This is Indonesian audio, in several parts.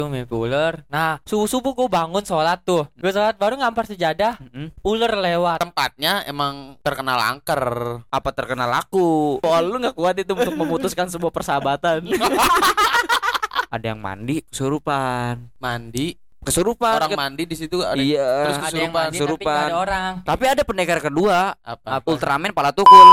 tuh mimpi ular. Nah subuh gue bangun sholat tuh. Gue sholat baru ngampar sejadah. Ular lewat. Tempatnya emang terkenal angker. Apa terkenal laku? Soal lu nggak kuat itu untuk memutuskan sebuah persahabatan. Ada yang mandi kesurupan. Mandi. Kesurupan. Orang mandi di situ ada. Iya. Terus Ada yang kesurupan. mandi tapi nggak ada orang. Tapi ada pendekar kedua. Apa? Ultraman pala tukul.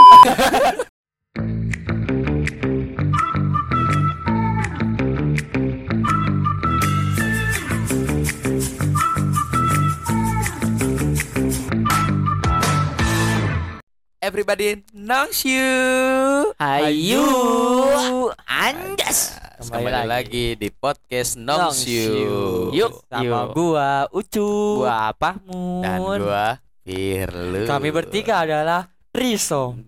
Everybody knows you. Hayu. Anjas. Kembali lagi di podcast Knows You. Yuk. Sama gua Ucu. Gua Pahmun. Dan gua Firlu. Kami bertiga adalah Riso.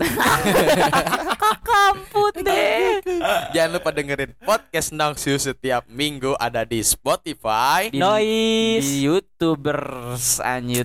Kamput deh. Jangan lupa dengerin podcast Knows You setiap minggu ada di Spotify. Di YouTubers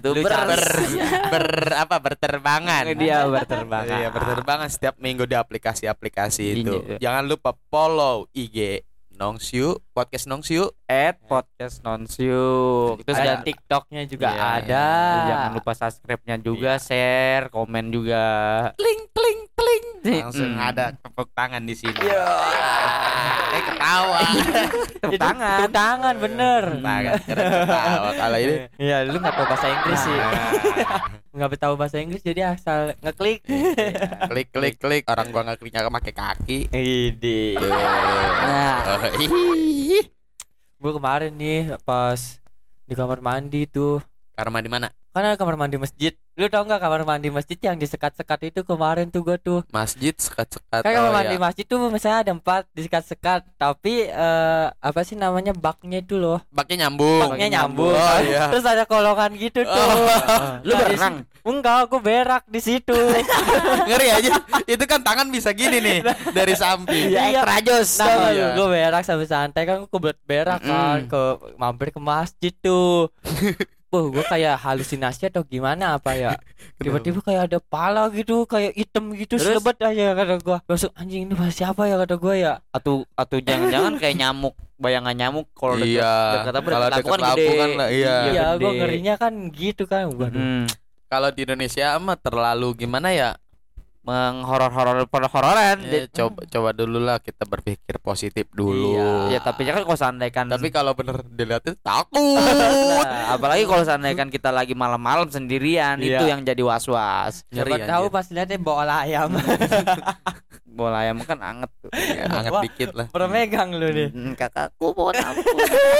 Berterbangan. Dia berterbangan. Iya, berterbangan setiap minggu di aplikasi-aplikasi itu. Iya. Jangan lupa follow IG Knows You, podcast Knows You. @podcast nonsiu. Terus Ada dan TikToknya juga Iya. ada. jangan lupa subscribe-nya juga, share, komen juga. Kling kling kling. Langsung ada tepuk tangan di sini. Ketawa. Tepuk tangan. Tepuk tangan bener. Keren ketawa. Kalau ini Iya, lu nggak tahu bahasa Inggris sih. Nggak tahu bahasa Inggris jadi asal ngeklik. klik klik klik. Orang gua nggak kliknya pakai kaki. Ide. Nah, Gue kemarin nih pas di kamar mandi tuh. Karma di mana? Kan ada kamar mandi masjid. Lu tau nggak kamar mandi masjid yang disekat-sekat itu kemarin tuh gue tuh. Masjid sekat-sekat. Kan kamar Oh, mandi ya. masjid tuh misalnya ada 4 disekat-sekat. Tapi apa sih namanya baknya itu loh. Baknya nyambung. Baknya nyambung. Oh, iya. Terus ada kolongan gitu tuh. lu Nah, di berenang? Enggak, gue berak di situ. Ngeri aja. Itu kan tangan bisa gini nih dari samping. Iya. Extra jos. Nah, Iya. gue berak sambil santai kan, gue berak kan mampir ke masjid tuh. Wah, gue kayak halusinasi atau gimana apa ya? Tiba-tiba kayak ada pala gitu, kayak hitam gitu, Terus? selebat aja kata gue. Langsung anjing ini bahasa siapa ya kata gue ya? Atau jangan-jangan kayak nyamuk, bayangan nyamuk kalau dekat Iya. dekat apa Kalau dekat dekat lampu kan lampu gede. kan lah, iya. Iya, gue gede. ngerinya kan gitu kan. Waduh. Kalau di Indonesia mah terlalu gimana ya? Menghoror-hororan. Ya, coba dulu lah kita berpikir positif dulu. Ya tapi kan kalau seandainya Tapi kalau bener dilihatin takut. nah, apalagi kalau seandainya kita lagi malam-malam sendirian, Iya. itu yang jadi was-was. Siapa Ngeri, tahu anjir. pas lihatnya bola ayam. Bola ayam kan anget tuh. Ya, anget Wah. dikit lah. Pernah megang lu nih. Kakakku mohon ampun.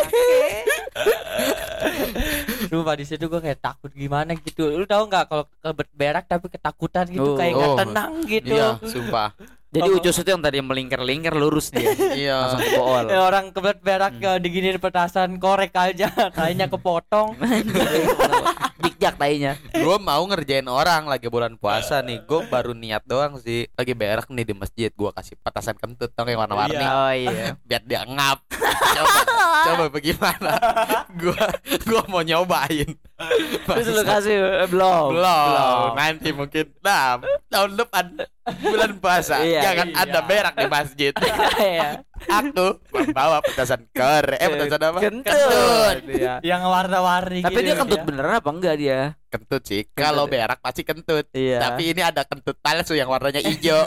Sumpah di situ gue kayak takut gimana gitu. Lu tahu nggak kalau berak tapi ketakutan gitu, Oh. kayak nggak Oh. tenang gitu. Iya, sumpah. Jadi Ucus itu yang tadi yang melingkar-lingkar lurus dia. Iya. Langsung ke bool. Ya, orang kebelet berak diginiin petasan korek aja, kayaknya kepotong. Jik-jak tainya. Gue mau ngerjain orang lagi bulan puasa nih. Gue baru niat doang sih. Lagi berak nih di masjid. Gue kasih petasan kentut dong yang warna-warni. Oh iya. Biar dia ngap. Coba bagaimana? Gua mau nyobain. Terus lu kasih belum. Belum. Nanti mungkin tahun depan bulan puasa Iya, jangan ada berak di masjid. Iya. Aku membawa petasan korek. Petasan apa? Kentut. Iya. Yang warna-warni Tapi gitu dia kentut ya. beneran apa enggak dia? Kentut sih. Kalau berak pasti kentut. Iya. Tapi ini ada kentut palsu yang warnanya hijau.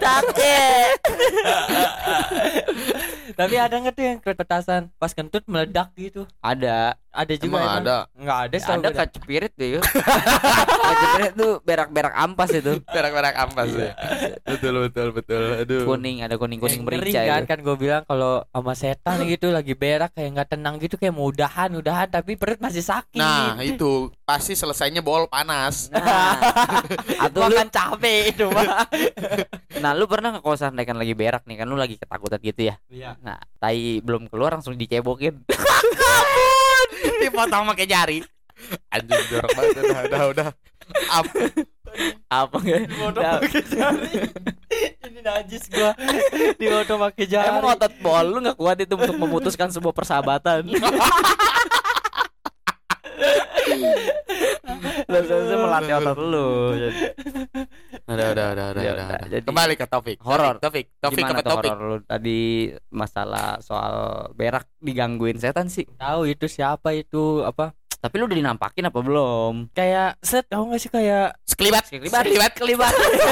Tapi ada nggak tuh yang petasan pas kentut meledak gitu? Ada. Ada juga. Emang ada. Nggak ada. setahu Ada gue. kacepirit tuh. Kacepirit tuh berak-berak ampas itu. Berak-berak ampas ya. Betul. Aduh. Kuning, ada kuning-kuning Yang ngeri merica kan, itu. kan gue bilang kalau sama setan gitu lagi berak kayak nggak tenang gitu, kayak mau udahan tapi perut masih sakit. Nah, itu pasti selesainya bol panas. Nah, atau lu, Makan cabe itu mah. nah lu pernah nggak kalau seandainya lagi berak nih kan lu lagi ketakutan gitu ya? Iya. Nah, tai belum keluar langsung dicebokin. Dipotong pakai jari. Anjing jorok banget udah. Apa enggak? Foto pakai jari. Ini najis gua. Di foto pakai jari. Emang otot bol lu nggak kuat itu untuk memutuskan sebuah persahabatan. Lu seharusnya melatih otot lu. udah. Jadi- Kembali ke topik. Horor. Topik Gimana apa tuh topik? horor lu tadi masalah soal berak digangguin setan sih. Tahu itu siapa itu apa? Tapi lu udah dinampakin apa belum? Kayak tahu nggak sih kayak Sekelibat. Kelibat.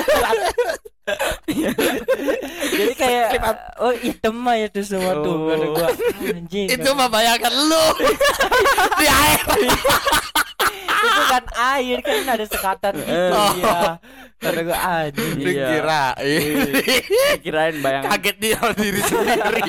jadi kayak oh hitam mah itu semua tuh Oh. kata gua anjing. Itu mah bayangkan lu di air. Itu kan air kan ada sekatan gitu ya. Kata gua anjing. Iya. Dikira. Kirain bayang. Kaget dia sama diri sendiri.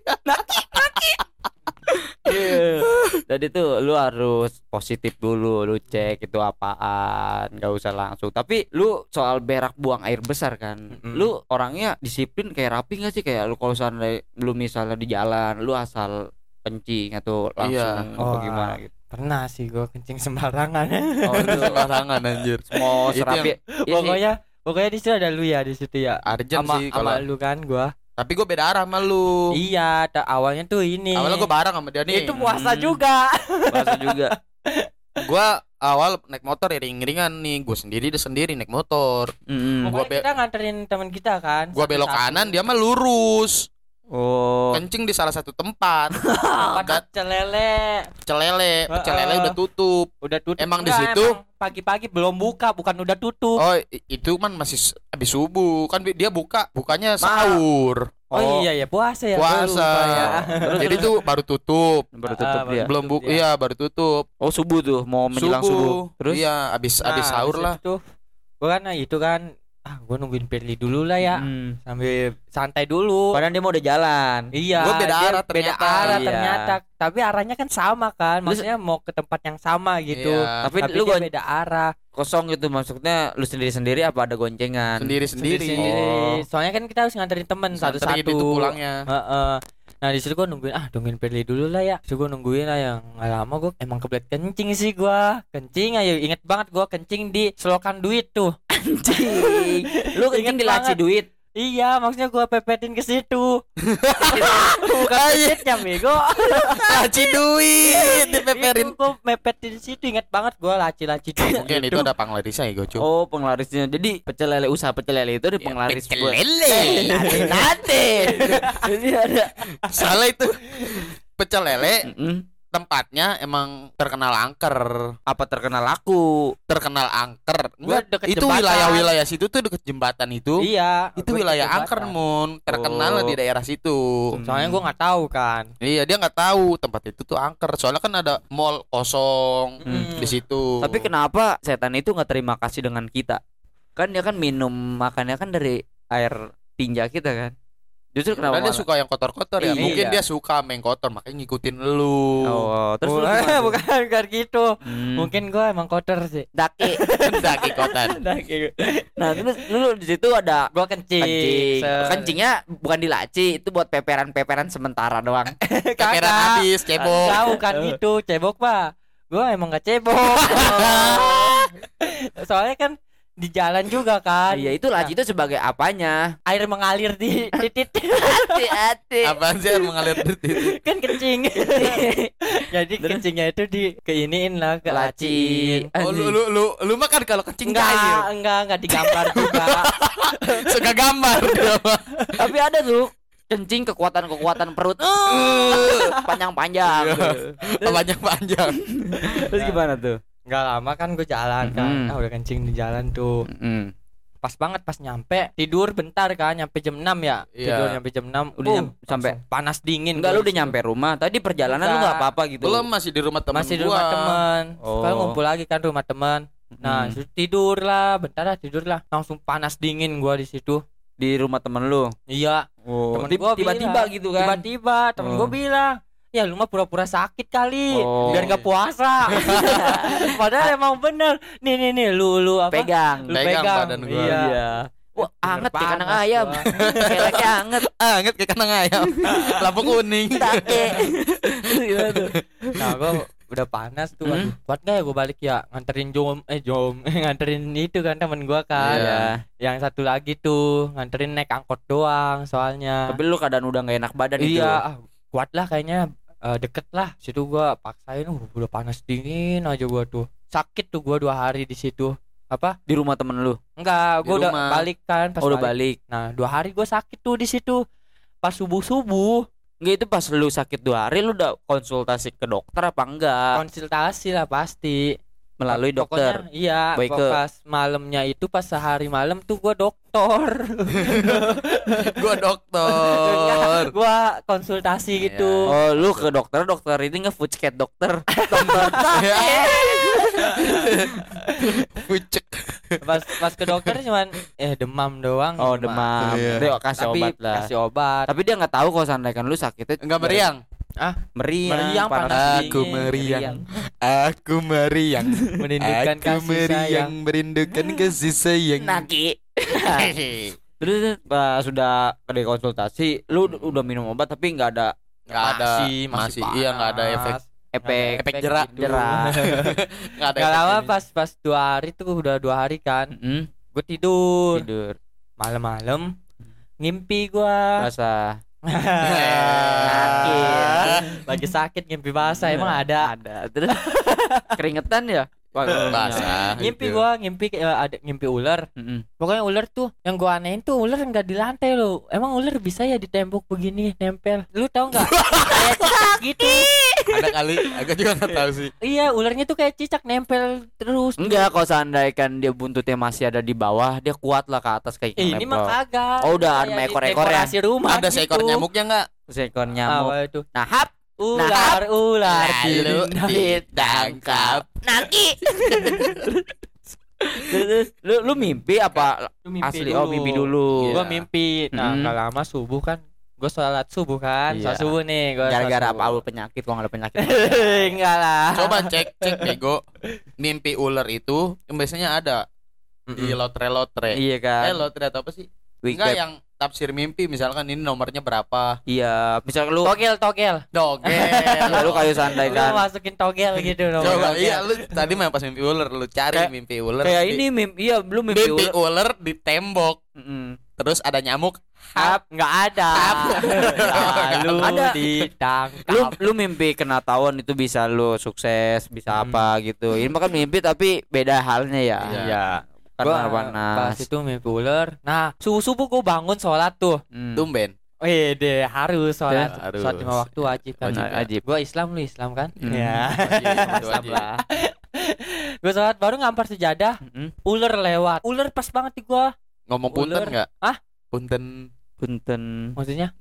Jadi tuh lu harus positif dulu, lu cek itu apaan, nggak usah langsung. Tapi lu soal berak buang air besar kan, lu orangnya disiplin kayak rapi nggak sih? Kayak lu kalau lu misalnya di jalan, lu asal kencing atau langsung Iya. apa gimana gitu. Pernah sih gua kencing sembarangan. Oh itu Sembarangan anjir. mau Itu serapi. Pokoknya di situ ada lu ya di situ ya. Arjen Sama sih sama kalau. lu kan gua. Tapi gue beda arah sama lu. Iya, awalnya tuh ini. Awalnya gue bareng sama dia nih. itu puasa juga. Bahasa juga. Gue awal naik motor iring-iringan nih. Gue sendiri, dia sendiri naik motor. Pokoknya Gua kita nganterin teman kita kan. Gue belok satu-satu. kanan, dia mah lurus. Oh. Kencing di salah satu tempat. Tempat celele. Pecel lele udah tutup. Udah tutup. Emang di Enggak, situ? emang pagi-pagi belum buka, bukan udah tutup. Oh, itu kan masih habis subuh. Kan dia bukanya sahur. Oh iya ya, puasa ya. Puasa. Lupa ya. Jadi tuh baru tutup. Baru tutup baru dia. Belum tutup dia. iya baru tutup. Oh subuh tuh mau menjelang subuh. Terus Iya, habis Nah, sahur habis lah. itu gua kan itu kan gua nungguin Pirli dulu lah ya. Sambil santai dulu. Padahal dia mau udah jalan. Iya, Gua beda dia arah beda ternyata. arah Iya. ternyata. Tapi arahnya kan sama kan. Maksudnya mau ke tempat yang sama gitu. Iya. Tapi Tapi lu dia beda arah. kosong gitu maksudnya lu sendiri-sendiri apa ada goncengan? Sendiri-sendiri. Oh. Soalnya kan kita harus nganterin temen Santri satu-satu. itu pulangnya. Heeh. Nah di situ gue nungguin Pirli dulu lah ya. Terus gue nungguin lah yang nggak lama gue emang kebelet kencing sih gue. Kencing ayo inget banget gue kencing di selokan duit tuh. Anjing. Lu kencing Ingat di laci banget. duit. Iya maksudnya gue pepetin ke situ. Bukan pepetnya bego. Laci duit dipeperin. Itu gue mepetin di situ inget banget gue laci-laci duit. Mungkin itu ada penglarisnya ya, Gocu. Oh, penglarisnya. Jadi pecel lele usaha pecel lele itu ada penglaris Pecel buat lele. Nate. Jadi ada. Salah itu. Pecel lele Mm-mm. tempatnya emang terkenal angker. Apa terkenal laku? Terkenal angker. Gua Enggak, deket itu jembatan. wilayah-wilayah situ tuh deket jembatan itu. Iya. Itu gua wilayah deket angker, jembatan. Mun. Terkenal Oh. di daerah situ. Soalnya gue nggak tahu kan. Iya, dia nggak tahu tempat itu tuh angker. Soalnya kan ada mall kosong di situ. Tapi kenapa setan itu nggak terima kasih dengan kita? Kan dia kan minum makannya kan dari air tinja kita kan. Justru kenapa? Karena dia malah- suka yang kotor-kotor ya. Iya. Mungkin dia suka main kotor, makanya ngikutin lu. Oh, terus lu gimana tuh? bukan gitu. Hmm. Mungkin gue emang kotor sih. daki. Daki kotor. Nah, terus lu di situ ada Gue kencing. kencingnya bukan di laci, itu buat peperan-peperan sementara doang. Keperan habis, cebok. Tahu kan itu cebok pak. Gue emang gak cebok. Soalnya kan di jalan juga kan. Iya, itu laci itu sebagai apanya? Air mengalir di titik. Hati-hati. Apaan sih yang mengalir dari titik? Kan kencing. Jadi kencingnya itu di keiniin lah ke Laci. laci. Oh, lu mah kan kalau kencing cair. Enggak digambar juga. Suka gambar dia mah. Tapi ada tuh kencing kekuatan perut. Panjang-panjang. Panjang-panjang. Terus gimana tuh? Enggak lama kan gue jalan kan. Mhm. Udah kencing di jalan tuh. Pas banget pas nyampe tidur bentar kan nyampe jam 6 ya. Iya. Tidur nyampe jam 6. Udah sampai langsung panas dingin. Enggak, lu gua udah di situ. nyampe rumah. Tadi perjalanan lu Enggak. enggak apa-apa gitu. Belum, masih di rumah teman Masih di gua. rumah teman. Oh. Sekarang ngumpul lagi kan rumah teman. Nah, Hmm. terus tidur lah, bentar lah tidur lah. Langsung panas dingin gua di situ. Di rumah temen lu. Iya, Oh, temen gua tiba-tiba bilang, gitu kan. Tiba-tiba temen Oh. gua bilang, "Ya lu mah pura-pura sakit kali, Oh. biar gak puasa." Padahal emang bener. Nih, lu apa? Pegang. Lu Pegang pegang. badan gua. Iya. Wah, Bener anget kayak kandang panas ayam. gua. Keleknya anget. Anget kayak kandang ayam. Lampu kuning. Take. Gimana tuh? Nah, gua udah panas tuh. Hmm. Aduh, kuat gak ya gua balik ya nganterin Jom nganterin itu kan temen gua kan. Iya. Yang satu lagi tuh nganterin naik angkot doang soalnya. Tapi lu keadaan udah gak enak badan itu. Iya, kuat lah kayaknya, deket lah. Situ gua paksain, udah panas dingin aja gua tuh. Sakit tuh gua 2 hari di situ. Apa? Di rumah temen lu. Enggak, Di gue udah rumah. balik kan pas Oh, udah balik. balik. Nah 2 hari gue sakit tuh di situ pas subuh. Enggak, itu pas lu sakit 2 hari lu udah konsultasi ke dokter apa enggak? Konsultasi lah pasti Melalui dokter. Pokoknya, iya. Boyke. Pas malamnya itu pas sehari malam tuh gue dokter. Gua dokter. Gue konsultasi gitu. Oh, lu ke dokter ini nge-food cat dokter. Dokter. Pucek. Pas ke dokter cuman demam doang. Oh, cuma. demam. Iya. Dia kasih Tapi obat lah. kasih obat. Tapi dia nggak tahu kalau seandainya kan lu sakitnya Enggak meriang. meriang panas Aku dingin, meriang. Aku meriang. Merindukan Aku kasih sayang. meriang, merindukan kasih sayang. Naki. Terus pas sudah ke konsultasi, lu udah minum obat tapi nggak ada Enggak ada. Masih Iya, enggak ada efek. efek jerak. gitu. jerak. Enggak ada. Gak lama efek pas 2 hari tuh udah 2 hari kan. Mm-mm, Gue tidur. tidur Malam-malam ngimpi gua. basah. Lagi sakit ngimpi basah emang ada. Terus keringetan ya. Basah. Ngimpi gitu. gua ada ngimpi ular. Mm-mm. Pokoknya ular tuh yang gua anehin tuh ular nggak di lantai lo. Emang ular bisa ya di tembok begini nempel? Lu tahu nggak? Kayak cicak gitu. Ada kali, aku juga enggak tahu sih. Iya ularnya tuh kayak cicak nempel terus. Enggak, kalau seandainya kan dia buntutnya masih ada di bawah, dia kuat lah ke atas kayak Ini mah kagak. Oh, udah Kayak ada di ekor-ekor ya? dekorasi rumah. Ada seekor gitu. nyamuknya enggak? seekor nyamuk. Apa itu? Nah, hap. Ular Lalu ditangkap. Naki. Terus lu mimpi apa Lu mimpi asli? Oh, mimpi dulu. Gua Iya. mimpi. Nah, Hmm. gak lama subuh kan. Gue sholat subuh kan. Iya. Sholat subuh nih. Gua Gara-gara sholat apa? subuh. Lu penyakit, kok nggak ada penyakit? Enggak lah. Coba cek bego. Mimpi ular itu yang biasanya ada di lotre-lotre. Iya kan. Lotre atau apa sih? Weekend. Enggak yang tafsir mimpi, misalkan ini nomornya berapa. Iya, misal lu Togel. Dogel. ya, lu kayak Lu santai kan. masukin togel gitu dong. Coba iya lu tadi mah pas mimpi ular lu cari Kayak- mimpi ular. Kayak di- ini mimpi, iya belum mimpi mimpi ular. ular di tembok. Mm-mm. Terus ada nyamuk. Hap, enggak ada. Lalu Ada. ditangkap. Lu mimpi kena tawon itu bisa lu sukses, bisa apa gitu. Ini mah kan mimpi tapi beda halnya ya. Iya. Karena Gua pas panas. itu mimpi ular. Nah, subuh gue bangun sholat tuh. Hmm. Tumben. Deh harus sholat. Harus. Sholat 5 waktu wajib kan. Wajib. Wajib. Gue Islam, lu Islam kan? Hmm. Ya. Wajib. lah. Gue sholat baru ngampar sejadah. Mm-mm. Ular lewat. Ular pas banget di gua. Ngomong punten Ular. enggak? Hah? Punten. Punten. Maksudnya?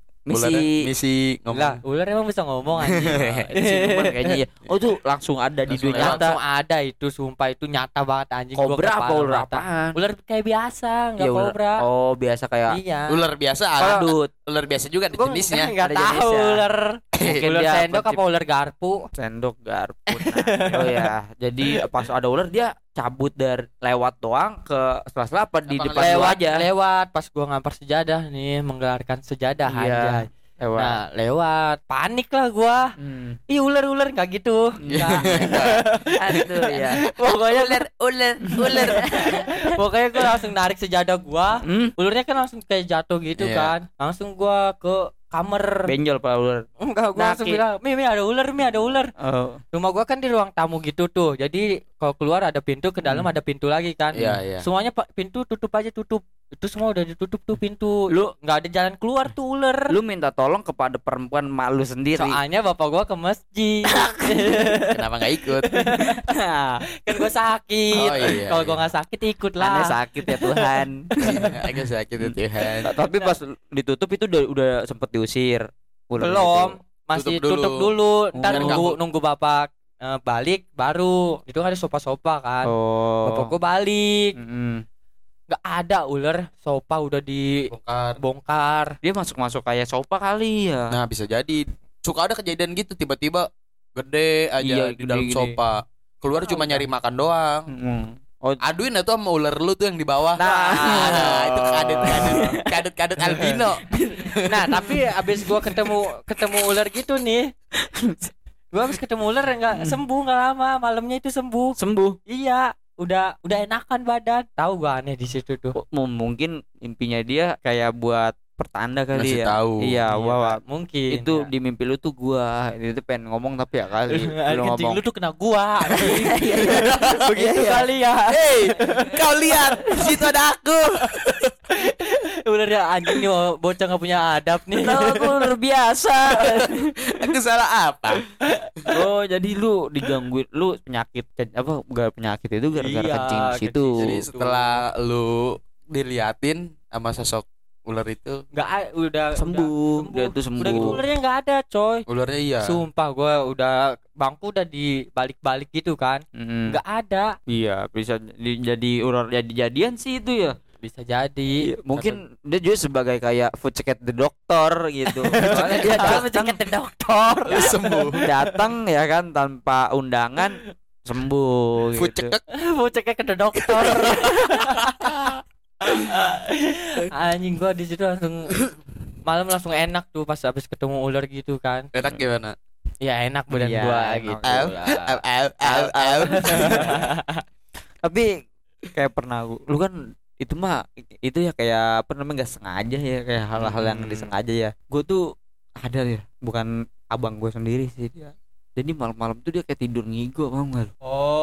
Misi Lah, ngomong. ular emang bisa ngomong anjing. Siluman kayaknya ya. Oh tuh langsung ada di Langsung dunia lewat. Langsung nyata. ada itu, sumpah itu nyata banget anjing. Gua Kobra apa kepala ular mata. apaan? Ular kayak biasa, enggak Ya, ular. kobra. Oh, biasa kayak Iya. Ular biasa ada. padut. Ular biasa juga ada Gua jenisnya. enggak Ada tahu jenisnya. ular. Mungkin Ular dia sendok apa ular garpu? Sendok garpu. Nah, oh ya. Jadi pas ada ular dia cabut dari lewat doang ke sela-sela apa di Apa depan lu aja. Lewat pas gua ngampar sejadah nih, menggelarkan sejadah Iya. anjay. Lewat. Nah, lewat. Panik lah gua. Hmm. Ih, ular enggak gitu. Enggak. Aduh ya. Pokoknya Ular. pokoknya gua langsung narik sejadah gua. Hmm? Ularnya kan langsung kayak jatuh gitu Iya. kan. Langsung gua ke kamar. Benjol pak ular. Enggak, gua langsung Naki. bilang, Mi ada ular, Mi ada ular. Oh. Rumah gua kan di ruang tamu gitu tuh. Jadi kalau keluar ada pintu, ke dalam ada pintu lagi kan. Iya, iya. Semuanya Pak pintu tutup aja tutup. Itu semua udah ditutup tuh pintu. Lu nggak ada jalan keluar tuh ular. Lu minta tolong kepada perempuan malu sendiri. Soalnya bapak gua ke masjid. Kenapa enggak ikut? Kan gua sakit. Oh, iya, Kalau iya. gua nggak sakit ikut Aneh lah. sakit ya Tuhan. Agak sakit ya Tuhan. Tapi pas ditutup itu udah sempet diusir. Ular Belum, itu. masih Tutup tutup dulu. dulu. Ntar Oh. nunggu bapak balik baru. Itu kan ada sofa-sofa kan. Oh. Bapak gua balik. Mm-mm. Nggak ada ular, sofa udah Bongkar. dibongkar. Dia masuk kayak sofa kali ya. Nah, bisa jadi. Suka ada kejadian gitu tiba-tiba gede aja Iya, di dalam gede-gede. sofa. Keluar cuma nyari makan doang. Mm-mm. Oh, Aduin itu sama ular lu tuh yang di bawah. Nah. Itu kadut albino. Nah, tapi abis gua ketemu ular gitu nih. Gua abis ketemu ular nggak sembuh, nggak lama, malamnya itu sembuh. sembuh. Iya, udah enakan badan. Tahu gua aneh di situ tuh. Mungkin impinya dia kayak buat pertanda kali Ngasih ya. tahu. Iya, bahwa mungkin itu ya. di mimpi lu tuh gua. Itu pengen ngomong tapi ya kali Air lu kencing ngomong. lu tuh kena gua. Begitu Iya. kali ya. Hei, kau lihat di situ ada aku. Udah ya anjing nih bocah nggak punya adab nih. Tahu aku luar biasa. Aku salah apa? Oh, jadi lu digangguin, lu penyakit apa? Gak penyakit itu gara-gara Iya, kencing di situ. kencing Jadi setelah lu diliatin sama sosok ular itu, Udah Sembuh. Dia tuh Udah gitu sembuh. ularnya nggak ada, coy. ularnya iya. Sumpah gua udah bangku udah dibalik-balik gitu kan. Mm. Nggak ada. Iya, bisa jadi ular jadi-jadian sih itu ya. Bisa jadi. Mungkin dia juga sebagai kayak food check at the doctor gitu. Soalnya dia datang ke dokter. Sembuh. datang ya kan tanpa undangan sembuh Food gitu. check. Mau cek ke dokter. Anjing gua di situ langsung malam langsung enak tuh pas habis ketemu ular gitu kan. Enak gimana? Ya enak badan Iya, gua enak. gitu. Au, lah. au. Tapi kayak pernah lu kan itu mah itu ya kayak apa namanya nggak sengaja ya kayak hal-hal yang disengaja ya. Gue tuh ada ya, bukan abang gue sendiri sih dia. Jadi malam-malam tuh dia kayak tidur ngigo, paham nggak lu?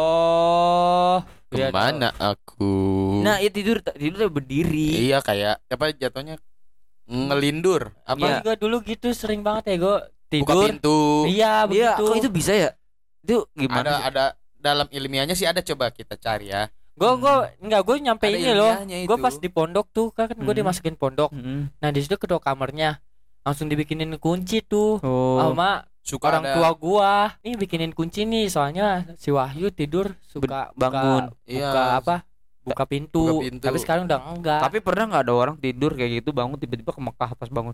Oh, iya Kemana aku? Nah, ya tidur berdiri. Iya kayak apa jatuhnya ngelindur Apa Iya. gua dulu gitu sering banget ya gua buka tidur. pintu. Iya Iya, begitu. kok itu bisa ya? Itu gimana? Ada dalam ilmiahnya sih ada, coba kita cari ya. Gua enggak gua nyampe Ada ini loh. ilmiahnya Gua itu. pas di pondok tuh kan gua Hmm. dimasukin pondok. Mm-mm. Nah, di situ kedua kamarnya langsung dibikinin kunci tuh. Oh, Sama Suka orang ada tua gua. Nih bikinin kunci nih soalnya si Wahyu tidur suka bangun. Iya. buka apa? Buka pintu. Buka pintu. Tapi sekarang udah enggak. tapi pernah nggak ada orang tidur kayak gitu bangun tiba-tiba ke Mekah pas bangun?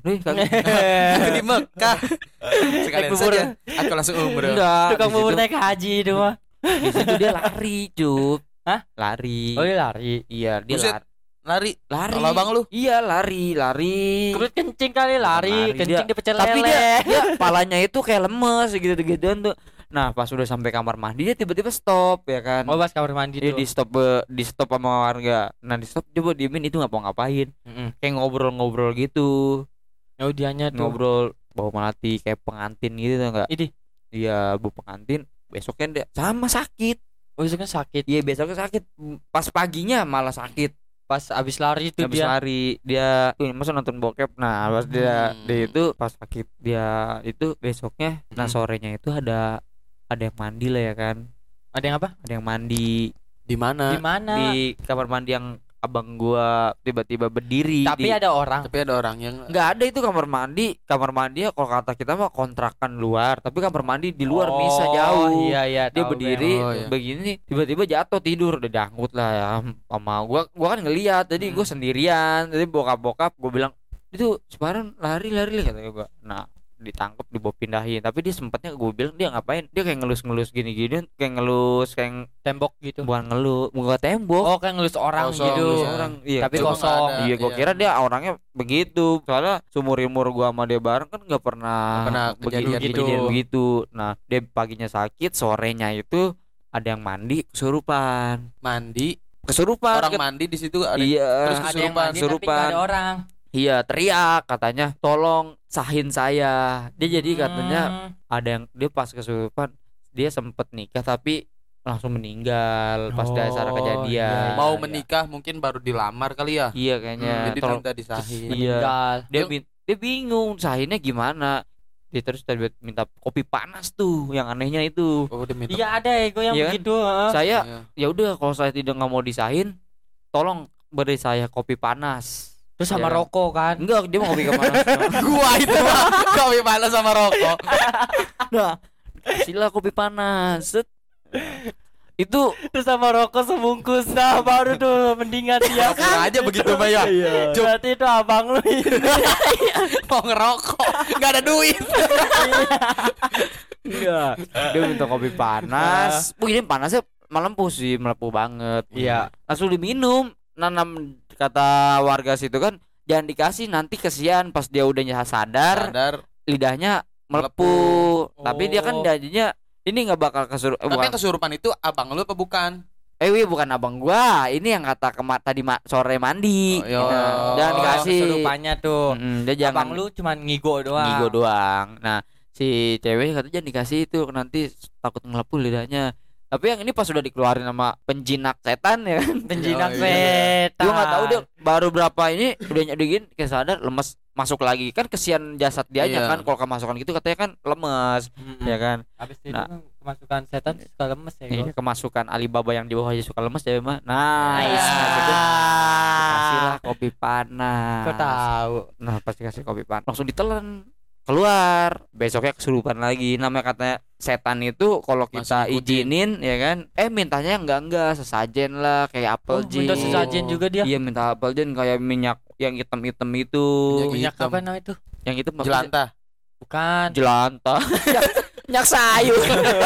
Aku di Mekah. Sekalian Naik bubur. saja aku langsung umroh. Enggak. tukang di bubur situ- naik haji itu mah. Di situ dia lari, Cuk. Hah? Lari. Oh, dia lari. Iya, dia Buset. Lari. lari. Kalau abang lu? Iya, lari. Kebelet kencing kali lari, Lari. kencing di pecel Tapi lele. dia palanya itu kayak lemes gitu-gituan tuh. Nah, pas udah sampai kamar mandi dia tiba-tiba stop ya kan. Oh, pas kamar mandi Dia tuh. di stop sama warga. Nah, di stop coba diemin itu ngapa ngapain. Mm-mm. Kayak ngobrol-ngobrol gitu. Oh, dianya tuh. Ngobrol bawa melati kayak pengantin gitu tuh enggak? Ini. Iya, bu pengantin. Besoknya dia sama sakit. Oh, itu kan sakit. Iya, besoknya sakit. Pas paginya malah sakit. Pas abis lari itu Habis dia. lari dia tuh masa nonton bokep. Nah, pas dia itu pas sakit dia itu besoknya. Nah, sorenya itu ada yang mandi lah ya kan. Ada yang apa? Ada yang mandi Di mana? Di mana? di kamar mandi yang abang gua tiba-tiba berdiri. Tapi ada orang. Tapi ada orang yang nggak ada itu kamar mandi. Kamar mandi ya kalau kata kita mah kontrakan luar, tapi kamar mandi di luar bisa jauh. Iya iya. Dia tahu berdiri Oh, iya. begini tiba-tiba jatuh tidur udah diangkut lah ya sama gua kan ngelihat jadi gua sendirian jadi bokap gua bilang itu sekarang lari kata gua. Nah, ditangkap dibawa pindahin tapi dia sempatnya gue bilang dia ngapain dia kayak ngelus gini kayak ngelus kayak tembok gitu. bukan ngelus bukan tembok. Oh, kayak ngelus orang Kosong, gitu. iya. Orang iya Tapi Cuma kosong. nggak ada, iya gue iya. kira dia orangnya begitu soalnya seumur gua sama dia bareng kan nggak pernah kejadian gitu. kejadian begitu. Nah, dia paginya sakit sorenya itu ada yang mandi kesurupan mandi. kesurupan Orang mandi di situ ada. iya Terus Ada yang kesurupan, mandi tapi kesurupan. nggak ada orang. iya teriak katanya tolong sahin saya dia jadi katanya ada yang dia pas kesurupan dia sempet nikah tapi langsung meninggal pas Oh, dasar kejadian iya. Mau iya. menikah mungkin baru dilamar kali ya. iya kayaknya Jadi tolong minta disahin. iya Meninggal. dia bingung sahinnya gimana dia terus tadi minta kopi panas tuh yang anehnya itu Oh, dia minta. Iya ada ya gue yang Iya kan? begitu. heeh. saya Iya. ya udah kalau saya tidak nggak mau disahin tolong beri saya kopi panas Terus sama Iya. rokok kan. enggak dia mau kopi panas Gua itu mah kopi panas sama rokok. nah kasihlah kopi panas Set. itu Terus sama rokok sebungkus. Nah, baru tuh mendingan dia. Pura aja begitu Mbak ya. Cuk, Berarti itu abang lu ini. mau ngerokok, enggak ada duit. enggak dia minta kopi panas ini panasnya melepuh sih melepuh banget Iya. langsung diminum nanam kata warga situ kan jangan dikasih nanti kesian pas dia udah sadar Sadar. lidahnya melepuh Oh. tapi dia kan janjinya ini nggak bakal Tapi yang kesurupan itu abang lu apa bukan? Wi bukan abang gua, ini yang kata tadi sore mandi. Oh, iya. Jangan dikasih. Kesurupannya tuh. Dia jangan Abang lu cuman ngigo doang. Nah, si cewek katanya jangan dikasih itu, nanti takut ngelepul lidahnya. Tapi yang ini pas sudah dikeluarin sama penjinak setan ya kan. Penjinak Oh, iya. setan. Gua nggak tahu dia baru berapa ini udah nyedingin kayak sadar lemes masuk lagi kan, kesian jasad dianya Iya. kan kalau kemasukan gitu katanya kan lemes ya kan. Habis itu Nah. kemasukan setan suka lemes ya. Iya, Gua. kemasukan Alibaba yang di bawah aja suka lemes ya mah. Nice. Ah. Nah, gitu. Kasihlah kopi panas. Kok tahu? Nah pasti kasih kopi panas langsung ditelan keluar, besoknya kesurupan lagi. Namanya katanya setan itu kalau kita Masih ngikutin. izinin ya kan, mintanya enggak sesajen lah kayak apple gin. Minta sesajen juga dia. Iya minta apple gin kayak minyak yang hitam-hitam itu. Minyak hitam. apa namanya itu? Yang itu apa sih? Jelantah. Bukan. Jelantah. Minyak sayur.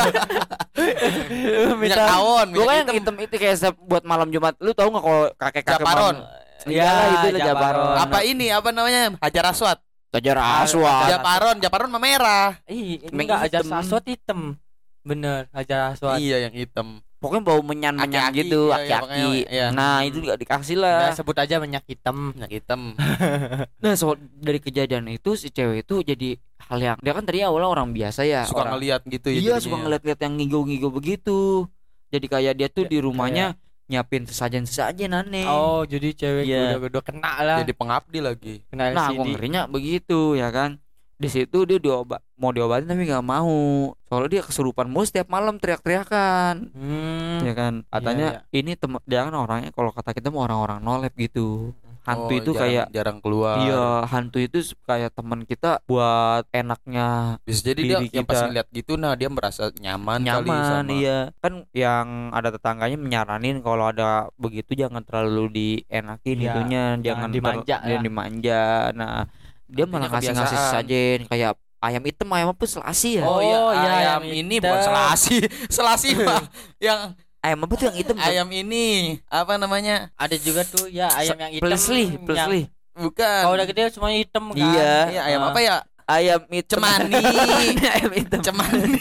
Minyak tawon, Gue minyak yang hitam itu kayak buat malam Jumat. Lu tahu nggak kalau kakek-kakek Japaron. Iya itu lah Japaron. Apa ini? Apa namanya? Hajar Aswad. Hajar Aswad. Japaron mah merah. Ih, Emang enggak ajar hitam. aswad hitam. Bener, ajar aswad. Iya, yang hitam. Pokoknya bau menyan-menyan Aki-aki, gitu, iya, iya, aki-aki. pokoknya, iya. Nah, itu juga dikasih lah. Nah, sebut aja minyak hitam. Minyak hitam. Nah, dari kejadian itu si cewek itu jadi hal yang dia kan tadi awalnya orang biasa ya, Suka orang. ngeliat gitu ya. Iya, jadinya. suka ngeliat-liat yang ngigo-ngigo begitu. Jadi kayak dia tuh di rumahnya nyiapin sesajen-sesajen aneh. Oh, jadi cewek Iya. udah kena lah. Jadi pengabdi lagi. Kena Nah, LCD. gua ngerinya begitu ya kan. Di situ dia mau diobatin tapi nggak mau. Soalnya dia kesurupan mulu setiap malam teriak-teriakan. Ya kan. Katanya ini dia kan orangnya kalau kata kita mau orang-orang nolep gitu. Hantu itu jarang keluar. iya, hantu itu kayak teman kita buat enaknya Bisa jadi dia diri yang pas kita. ngeliat gitu, nah dia merasa nyaman kali nyaman. sama. Iya kan, yang ada tetangganya menyaranin kalau ada begitu jangan terlalu dienakin Iya, itunya, jangan jangan dimanja ya. dimanja. Nah dia malah Nantinya ngasih kebiasaan. sajen kayak ayam hitam, ayam apa selasi ya. Oh, iya, Oh, iya, ayam ayam ini hitam. bukan selasi. Selasi mah yang Ayam apa tuh yang hitam? ayam ini apa namanya? Ada juga tuh ya ayam yang hitam. Plesli. Bukan. Kalau udah gede semuanya hitam kan. Iya. Iya, ayam apa ya? Ayam hitam. Cemani. Ayam hitam. Cemani.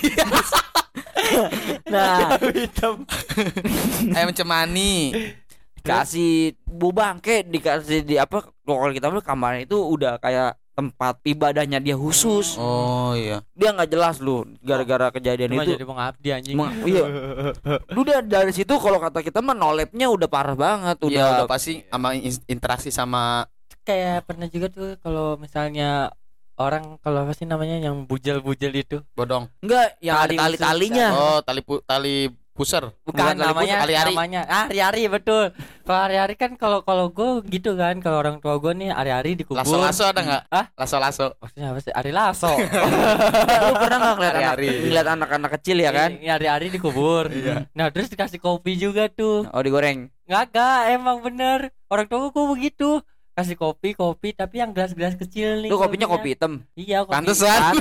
Nah, Ayam cemani. kasih bangke, dikasih di apa, kalau kita bilang kamarnya itu udah kayak tempat ibadahnya dia khusus. Oh iya. Dia nggak jelas lu gara-gara kejadian Cuma itu. jadi pengabdi anjing. Iya. Lu udah dari situ kalau kata kita mah nolepnya udah parah banget, Iya, udah udah pasti sama interaksi sama Kayak pernah juga tuh kalau misalnya orang kalau apa sih namanya yang bujel-bujel itu. bodong. enggak yang ada Tali tali-talinya. Oh, tali puser. Bukan namanya hari-hari. namanya hari-hari betul. Kalau hari-hari kan kalau gue gitu kan, kalau orang tua gue nih hari-hari dikubur. Laso-laso ada nggak? Hah? Laso-laso. Maksudnya apa sih? Hari laso. Lu pernah nggak Hari-hari. ngeliat anak-anak kecil ya kan? Iya, hari-hari dikubur. Nah, terus dikasih kopi juga tuh. Oh digoreng. Enggak, emang bener. Orang tua gue begitu. Kasih kopi tapi yang gelas-gelas kecil nih. Lu kopinya kopi hitam. Iya, kopi. Pantesan.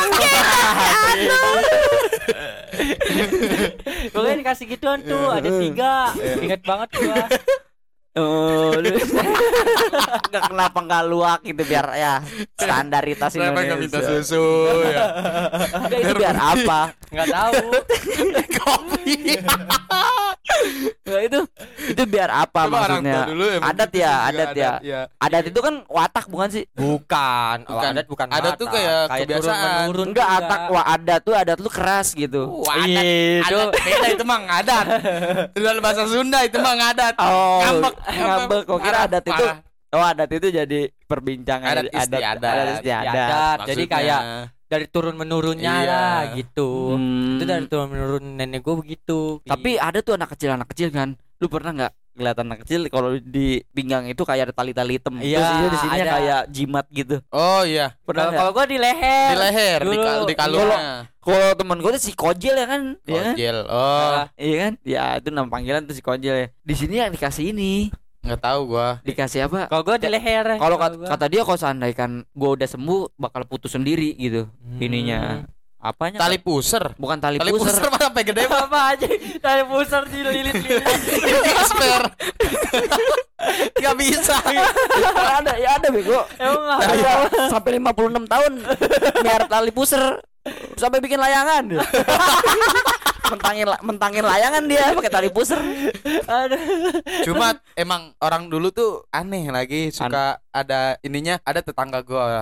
Gue dikasih gituan tuh, ada 3. Ingat banget gua. Oh, lu nggak kenapa nggak luak gitu biar ya standaritas Kenapa nggak minta Indonesia. susu ya? Nggak, itu biar apa? Enggak tahu. Kopi. Nggak, itu biar apa Coba orang maksudnya? tua dulu emang Adat gitu ya, juga, adat ya. Iya. Adat itu kan watak bukan sih? Bukan. Oh, Bukan. adat bukan. Adat tuh kayak kebiasaan. turun-menurun Enggak, juga. adat tuh adat lu keras gitu. Adat, Itu. adat beda itu mah ngadat. Dalam bahasa Sunda itu mah ngadat. Oh, Ngambek. Kok kira adat itu? Parah. Oh, adat itu jadi perbincangan. Adat istiadat. Adat istiadat. Adat. Jadi Maksudnya. kayak dari turun menurunnya Iya. lah gitu. Hmm. Itu dari turun menurun nenek gue begitu. Tapi ada tuh anak kecil kan. Lu pernah nggak ngeliat anak kecil kalau di pinggang itu kayak ada tali-tali hitam. Iya, Terus di sini ada. kayak jimat gitu. Oh iya. Pernah nggak? kalau gue di leher. Di leher, Dulu. di kalungnya. Kalau temen gue tuh si Kojel ya kan? Iya kan? Kojel. Oh, Iya kan? Ya itu nama panggilan tuh si Kojel ya. Di sini yang dikasih ini, nggak tahu gua. dikasih apa? Kalau gue di leher. Kalau gua. kata dia kalau seandainya gue udah sembuh bakal putus sendiri gitu. Ininya. Apanya? Tali puser. Bukan tali Tali pusar. puser mah sampai gede mah. apa aja tali pusar dililit-lilit. Expert. Gak bisa. ada ya ada bego. Emang nggak? Ada sampai 56 tahun biar tali pusar sampai bikin layangan. mentangin layangan dia pakai tali pusar. Aduh. Cuma emang orang dulu tuh aneh lagi suka ada ininya, ada tetangga gua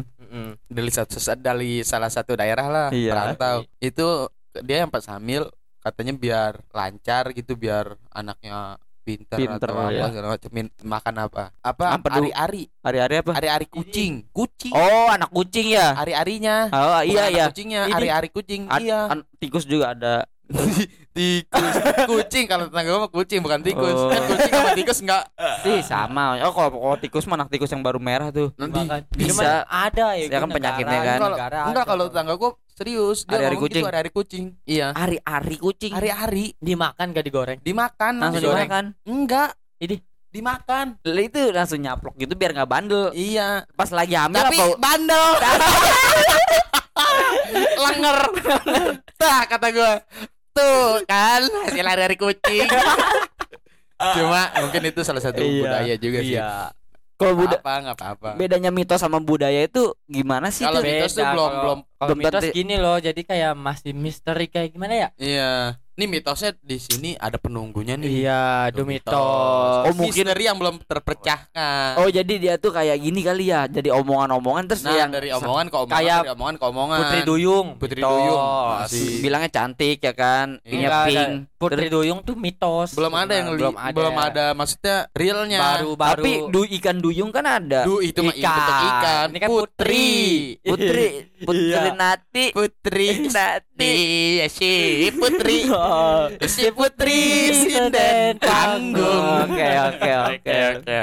dari salah satu daerah lah, Iya. perantau. Itu dia yang pas hamil katanya biar lancar gitu, biar anaknya pinter Pinter, atau ya. apa segala macam, makan apa Apa dulu? ari-ari Hari-hari apa? ari-ari kucing Oh, anak kucing ya. ari-arinya. Oh Bukan iya anak iya. kucingnya, Ini- ari-ari kucing. Iya. Tikus juga ada. Tikus, kucing, kalau tetangga gua mah kucing bukan tikus. Oh. Kan kucing sama tikus enggak Sih sama. Oh kalau tikus mah anak tikus yang baru merah tuh. nanti Makan. bisa. Cuman ada ya, Ya kan itu penyakitnya negara, kan. kalau negara enggak ada. kalau tetangga gua serius dia Hari-hari ngomong kucing. gitu, hari-hari kucing. Iya. Hari-hari kucing. Hari-hari dimakan gak digoreng. dimakan Langsung digoreng. dimakan. Enggak. Ini. Dimakan. Lah itu langsung nyaplok gitu biar nggak bandel. Iya. Pas lagi hamil Tapi apa? bandel. Lenger. Tah kata gua. Tuh kan hasil hari-hari kucing. Cuma mungkin itu salah satu Iya. budaya juga sih. Iya. Kalau Nggak apa-apa. bedanya mitos sama budaya itu gimana sih Kalau tuh? mitos tuh Beda, belum Kalau belum mitos tentu- gini loh, jadi kayak masih misteri kayak gimana ya? iya. Ini mitosnya di sini ada penunggunya nih. Iya, Tuh, do mitos. Oh, mungkin- misteri yang belum terpecahkan. Oh jadi dia tuh kayak gini kali ya. Jadi omongan-omongan terus Nah, yang dari omongan ke omongan, kayak dari omongan ke omongan. Putri Duyung. Putri mitos. Duyung masih bilangnya cantik ya kan. Iya. Ininya Enggak ada. pink. Putri Duyung tuh mitos. belum ada yang belum ada. maksudnya realnya. Baru Tapi ikan duyung kan ada. itu mah Ikan. bentuk ikan. Ini kan Putri. Putri Iya. Nati. Putri Nati ya si Putri. Si Putri sinden tanggung. Oke.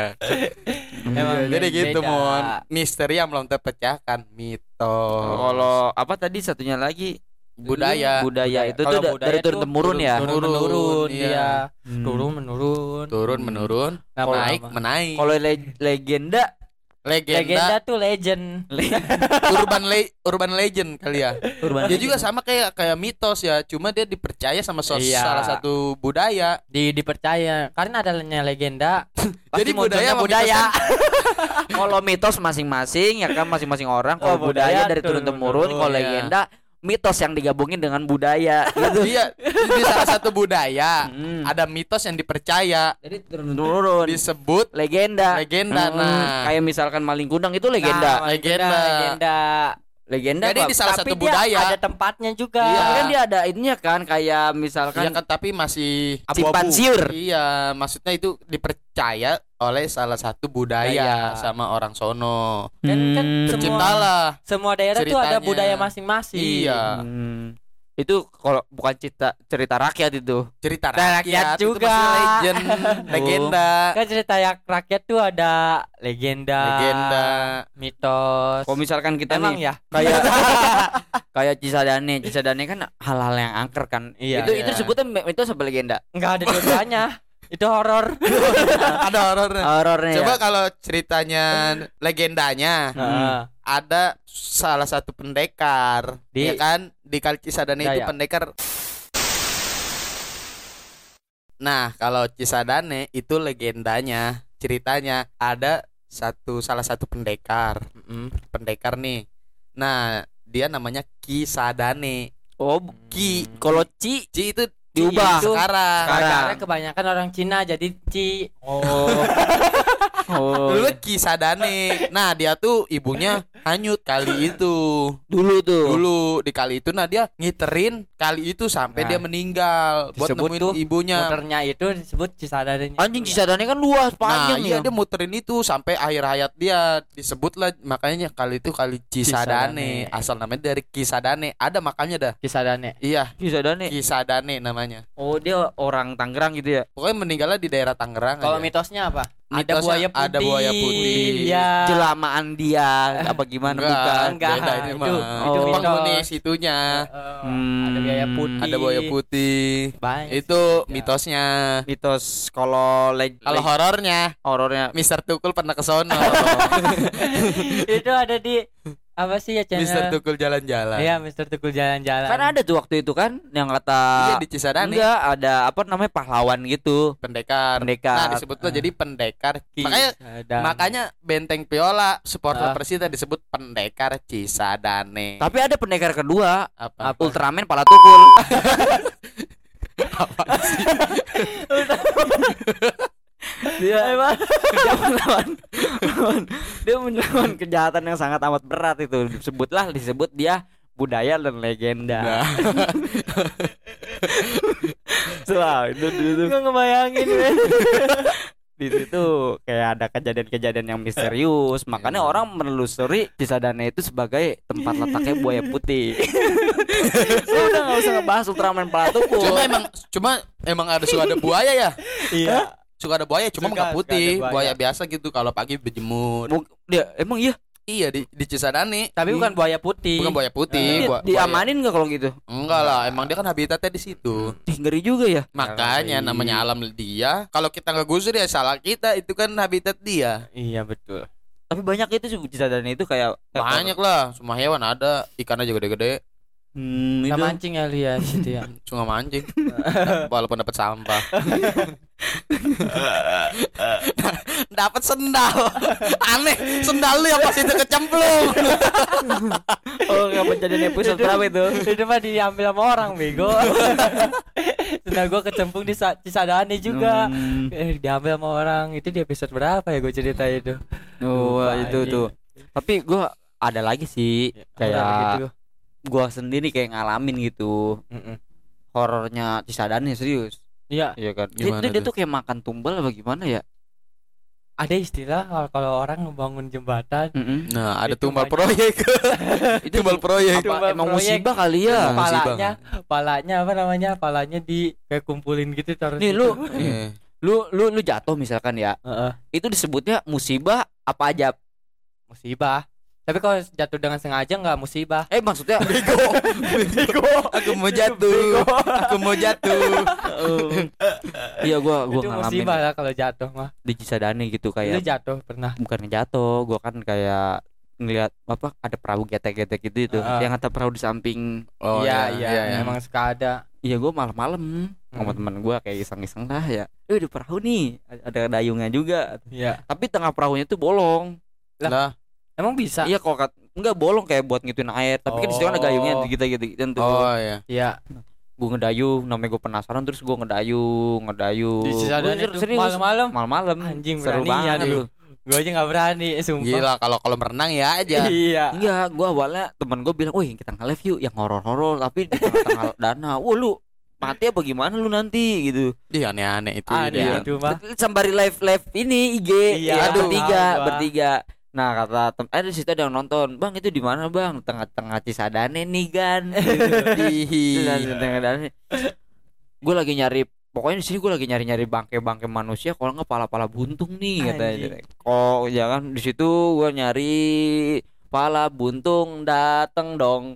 Emang Jadi gitu beda. Mon. Misteri yang belum terpecahkan, mitos. Kalau apa tadi satunya lagi? Budaya. Budaya itu Kalau tuh budaya dari turun tuh temurun ya. Turun menurun, iya. iya. Hmm. Turun menurun. Turun menurun, Lama-lama. naik menaik. Kalau legenda Legenda tuh legend. urban legend kali ya. Dia juga sama kayak mitos ya, cuma dia dipercaya sama Iya. salah satu budaya. Dipercaya karena adanya legenda. Jadi pasti budaya munculnya sama budaya. kalau mitos masing-masing ya kan masing-masing orang. Kalau Oh, budaya budaya dari turun temurun, turun-temurun, kalau iya. legenda mitos yang digabungin dengan budaya gitu. Iya, di salah satu budaya Hmm. ada mitos yang dipercaya Jadi turun temurun disebut legenda. legenda. Nah, Kayak misalkan maling kundang itu legenda. Nah, Legenda. legenda. Legenda jadi apa? di salah Tapi satu dia budaya. ada tempatnya juga. Iya. Tapi kan dia ada ininya kan kayak Iya misalkan kan, tapi masih Simpan siur. Iya, maksudnya itu dipercaya oleh salah satu budaya Budaya. sama orang sono. Kan Hmm. Terciptalah. semua daerah tuh ada Ceritanya. budaya masing-masing. Iya. Itu kalau bukan cerita rakyat itu. Cerita Dan rakyat rakyat itu juga. masih legend, legenda. Kan cerita yang rakyat tuh ada legenda, Legenda. mitos. Kalau misalkan kita Emang nih ya? kayak kayak Cisadane kan hal-hal yang angker kan. Iya. Itu Iya. sebutnya itu sebagai legenda. Enggak ada dua-duanya. Itu horor. Ada horornya. Horornya. Coba Ya. kalau ceritanya legendanya Heeh. ada salah satu pendekar, Di- ya kan di Kali Cisadane Ya, itu ya. pendekar. Nah, kalau Cisadane itu legendanya, ceritanya ada salah satu pendekar, pendekar nih. Nah, dia namanya Ki Sadane. Oh, Ki, kalau Ci Ci itu Diubah. Ci sekarang. Karena kebanyakan orang Cina jadi Ci. Oh. Dulu Ki Sadane. Nah, dia tuh ibunya hanyut kali itu. Dulu tuh. Dulu di kali itu, nah dia ngiterin kali itu sampai Nah, dia meninggal buat disebut nemuin tuh ibunya. Muternya itu disebut Cisadane. Anjing Cisadane kan luas Nah, panjang iya ya. dia muterin itu sampai akhir hayat dia, disebutlah makanya kali itu kali Cisadane. Cisadane. Asal namanya dari Kisadane. Ada makanya dah. Cisadane. Iya, Cisadane. Kisadane namanya. Oh, dia orang Tangerang gitu ya. Pokoknya meninggalnya di daerah Tangerang Kalau aja. mitosnya apa? Mitosnya ada buaya putih. Ya. Jelamaan dia apa gimana bukan? enggak. beda ini mah. Itu Itu mitos. penghuni situnya. Ada buaya putih. Ada buaya putih. Banyak Itu sih. mitosnya. Mitos kalau Kalau horornya, horornya Mister Tukul pernah ke sono. Itu ada di apa sih ya Mister channel? Tukul jalan-jalan. Iya, Mister Tukul jalan-jalan. kan ada tuh waktu itu kan yang kata Iya di Cisadane. enggak ada apa namanya pahlawan gitu. Pendekar. Pendekar. Nah, disebutnya jadi pendekar. Makanya Cisadane. makanya Benteng Piola supporter Ah. Persita disebut pendekar Cisadane. Tapi ada pendekar kedua, Apa? Ultraman pala tukul. dia melawan kejahatan yang sangat amat berat itu. Disebut dia budaya dan legenda. Wah, itu Gue ngebayangin men. di situ kayak ada kejadian-kejadian yang misterius, makanya orang menelusuri Cisadane itu sebagai tempat letaknya buaya putih. Udah nggak usah ngebahas Ultraman Palatuku. Cuma emang suka ada buaya ya. Iya. Suka ada buaya, cuma nggak putih, buaya biasa gitu kalau pagi berjemur. Dia emang iya. Iya di Cisadane. Tapi bukan buaya putih. Bukan buaya putih. Diamanin nggak kalau gitu? Enggak lah, emang dia kan habitatnya di situ. Ngeri juga ya. Makanya namanya alam dia. Kalau kita nggak gusur ya salah kita. Itu kan habitat dia. Iya betul. Tapi banyak itu sih Cisadane itu kayak banyak lah. Semua hewan ada. Ikan aja gede-gede. Kita mancing ya lihat situ ya. Sungai mancing. Walaupun dapat sampah. Dapat sendal. Aneh, sendal lu yang pas itu kecemplung. Oh, nggak menjadi episode berapa itu? Itu mah diambil sama orang bego. Sendal gue kecemplung di Cisadane juga. Diambil sama orang. Itu di episode berapa ya gue cerita itu. Itu tuh. Tapi gue ada lagi sih kayak gitu. Gua sendiri kayak ngalamin gitu. Horornya Cisadane serius. Iya kan. Dia tuh kayak makan tumbal apa gimana ya? Ada istilah kalau orang ngebangun jembatan. Nah, ada tumbal proyek. Itu tumbal proyek. Emang musibah kali ya. Palanya apa namanya? Palanya di kayak kumpulin gitu terus. Nih lu jatuh misalkan ya. Itu disebutnya musibah apa aja? Musibah. Tapi kalau jatuh dengan sengaja nggak musibah. Maksudnya bego. Aku mau jatuh. Iya gua itu ngalamin. Musibah lah kalau jatuh mah. Di Cisadane gitu kayak. Lu jatuh pernah? Bukan jatuh, gua kan kayak ngelihat ada perahu getek-getek gitu itu. Yang ada perahu di samping. Iya. Memang suka ada. Iya gua malam-malam sama teman gua kayak iseng-iseng lah ya. Di perahu nih ada dayungnya juga. Iya. Tapi tengah perahunya tuh bolong. Lah. Emang bisa? Iya kok enggak bolong kayak buat ngituin air, tapi kan di situ ada gayungnya gitu tuh. Oh iya. Iya. Gue ngedayung, namanya gue penasaran terus gue ngedayung. Di Cisadane itu malam-malam. Anjing seru banget tuh. Gue aja nggak berani, sumpah. Gila kalau merenang ya aja. Iya. Enggak, gue awalnya temen gue bilang, "Wih, kita nge-live yuk yang horor-horor tapi di tengah-tengah danau." Wah, lu mati apa gimana lu nanti gitu. Ih aneh-aneh itu. Itu mah. Sembari live ini IG. Iya, bertiga. Nah kata di situ ada yang nonton, "Bang itu di mana bang?" Tengah-tengah Cisadane nih kan. Gue lagi nyari, pokoknya di sini gue lagi nyari bangke manusia, kalau nggak pala buntung nih katanya. Kok jangan di situ gue nyari pala buntung dateng dong.